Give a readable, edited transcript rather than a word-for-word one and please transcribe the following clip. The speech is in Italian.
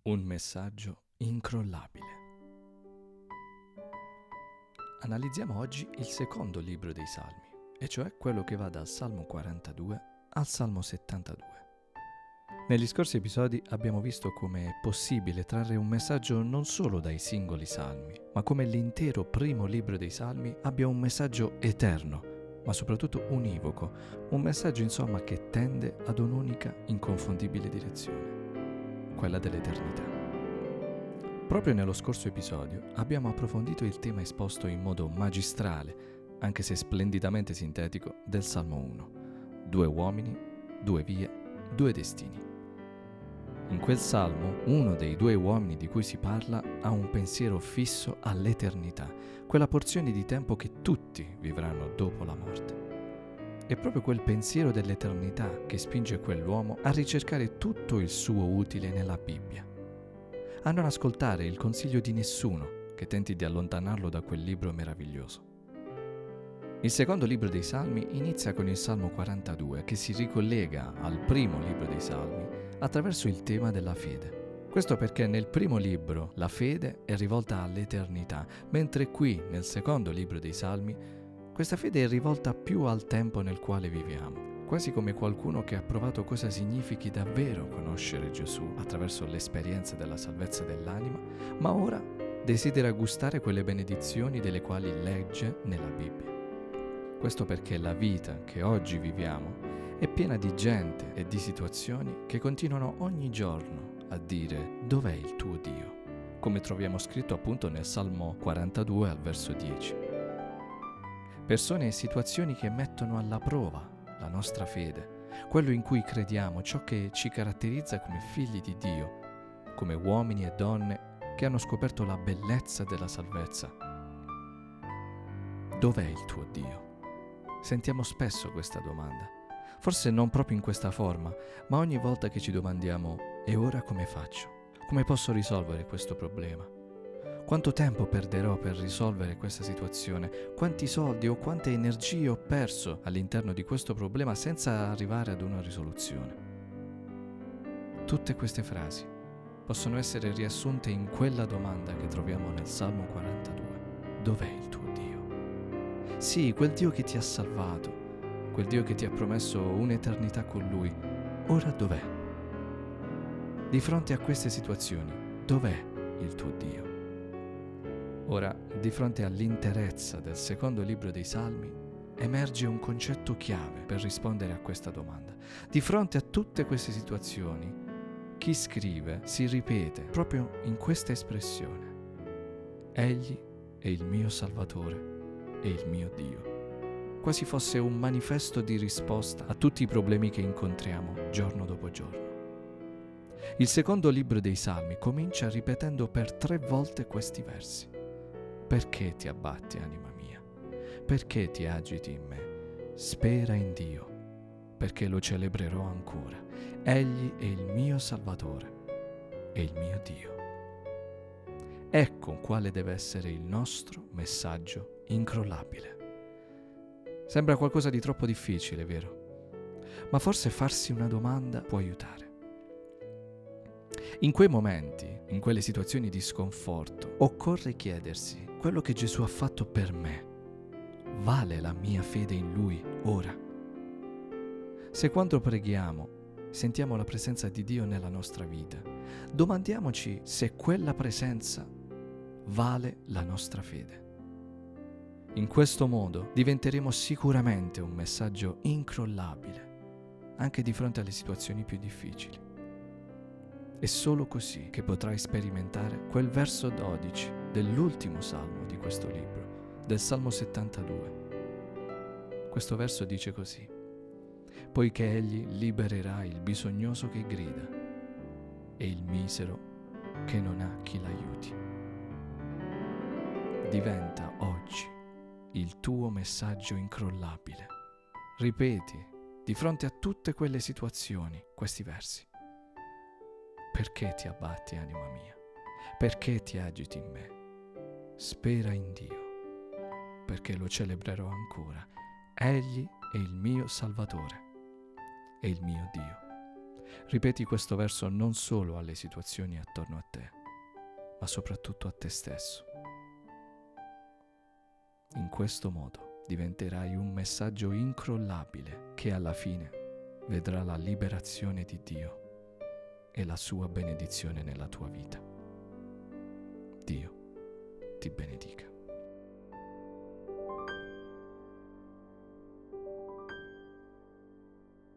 Un messaggio incrollabile. Analizziamo oggi il secondo libro dei Salmi, e cioè quello che va dal Salmo 42 al Salmo 72. Negli scorsi episodi abbiamo visto come è possibile trarre un messaggio non solo dai singoli salmi, ma come l'intero primo libro dei Salmi abbia un messaggio eterno, ma soprattutto univoco, un messaggio insomma che tende ad un'unica, inconfondibile direzione, quella dell'eternità. Proprio nello scorso episodio abbiamo approfondito il tema esposto in modo magistrale, anche se splendidamente sintetico, del Salmo 1. 2 uomini, 2 vie, 2 destini. In quel salmo, uno dei 2 uomini di cui si parla ha un pensiero fisso all'eternità, quella porzione di tempo che tutti vivranno dopo la morte. È proprio quel pensiero dell'eternità che spinge quell'uomo a ricercare tutto il suo utile nella Bibbia, a non ascoltare il consiglio di nessuno che tenti di allontanarlo da quel libro meraviglioso. Il secondo libro dei Salmi inizia con il Salmo 42, che si ricollega al primo libro dei Salmi attraverso il tema della fede. Questo perché nel primo libro la fede è rivolta all'eternità, mentre qui, nel secondo libro dei Salmi, questa fede è rivolta più al tempo nel quale viviamo. Quasi come qualcuno che ha provato cosa significhi davvero conoscere Gesù attraverso l'esperienza della salvezza dell'anima, ma ora desidera gustare quelle benedizioni delle quali legge nella Bibbia. Questo perché la vita che oggi viviamo è piena di gente e di situazioni che continuano ogni giorno a dire «Dov'è il tuo Dio?», come troviamo scritto appunto nel Salmo 42 al verso 10. Persone e situazioni che mettono alla prova la nostra fede, quello in cui crediamo, ciò che ci caratterizza come figli di Dio, come uomini e donne che hanno scoperto la bellezza della salvezza. Dov'è il tuo Dio? Sentiamo spesso questa domanda, forse non proprio in questa forma, ma ogni volta che ci domandiamo «E ora come faccio? Come posso risolvere questo problema? Quanto tempo perderò per risolvere questa situazione? Quanti soldi o quante energie ho perso all'interno di questo problema senza arrivare ad una risoluzione?» Tutte queste frasi possono essere riassunte in quella domanda che troviamo nel Salmo 42. Dov'è il tuo Dio? Sì, quel Dio che ti ha salvato, quel Dio che ti ha promesso un'eternità con Lui. Ora dov'è? Di fronte a queste situazioni, dov'è il tuo Dio? Ora, di fronte all'interezza del secondo libro dei Salmi, emerge un concetto chiave per rispondere a questa domanda. Di fronte a tutte queste situazioni, chi scrive si ripete proprio in questa espressione: Egli è il mio Salvatore e il mio Dio. Quasi fosse un manifesto di risposta a tutti i problemi che incontriamo giorno dopo giorno. Il secondo libro dei Salmi comincia ripetendo per 3 volte questi versi. Perché ti abbatti, anima mia? Perché ti agiti in me? Spera in Dio, perché lo celebrerò ancora. Egli è il mio Salvatore e il mio Dio. Ecco quale deve essere il nostro messaggio incrollabile. Sembra qualcosa di troppo difficile, vero? Ma forse farsi una domanda può aiutare. In quei momenti, in quelle situazioni di sconforto, occorre chiedersi: quello che Gesù ha fatto per me, vale la mia fede in Lui ora? Se quando preghiamo sentiamo la presenza di Dio nella nostra vita, domandiamoci se quella presenza vale la nostra fede. In questo modo diventeremo sicuramente un messaggio incrollabile, anche di fronte alle situazioni più difficili. È solo così che potrai sperimentare quel verso 12 dell'ultimo salmo di questo libro, del Salmo 72. Questo verso dice così: poiché egli libererà il bisognoso che grida e il misero che non ha chi l'aiuti. Diventa oggi il tuo messaggio incrollabile. Ripeti di fronte a tutte quelle situazioni questi versi. Perché ti abbatti, anima mia? Perché ti agiti in me? Spera in Dio, perché lo celebrerò ancora. Egli è il mio Salvatore e il mio Dio. Ripeti questo verso non solo alle situazioni attorno a te, ma soprattutto a te stesso. In questo modo diventerai un messaggio incrollabile che alla fine vedrà la liberazione di Dio e la sua benedizione nella tua vita. Dio ti benedica.